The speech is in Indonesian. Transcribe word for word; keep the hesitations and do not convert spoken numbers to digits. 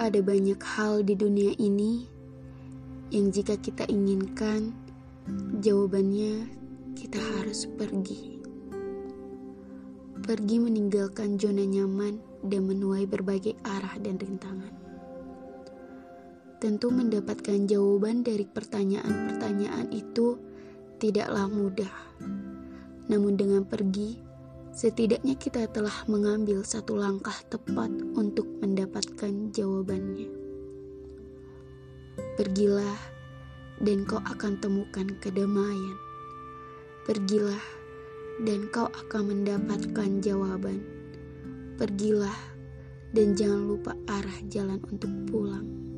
Ada banyak hal di dunia ini yang jika kita inginkan, jawabannya kita harus pergi. Pergi meninggalkan zona nyaman dan menuai berbagai arah dan rintangan. Tentu mendapatkan jawaban dari pertanyaan-pertanyaan itu tidaklah mudah. Namun dengan pergi, setidaknya kita telah mengambil satu langkah tepat untuk mendapatkan jawabannya. Pergilah dan kau akan temukan kedamaian. Pergilah dan kau akan mendapatkan jawaban. Pergilah dan jangan lupa arah jalan untuk pulang.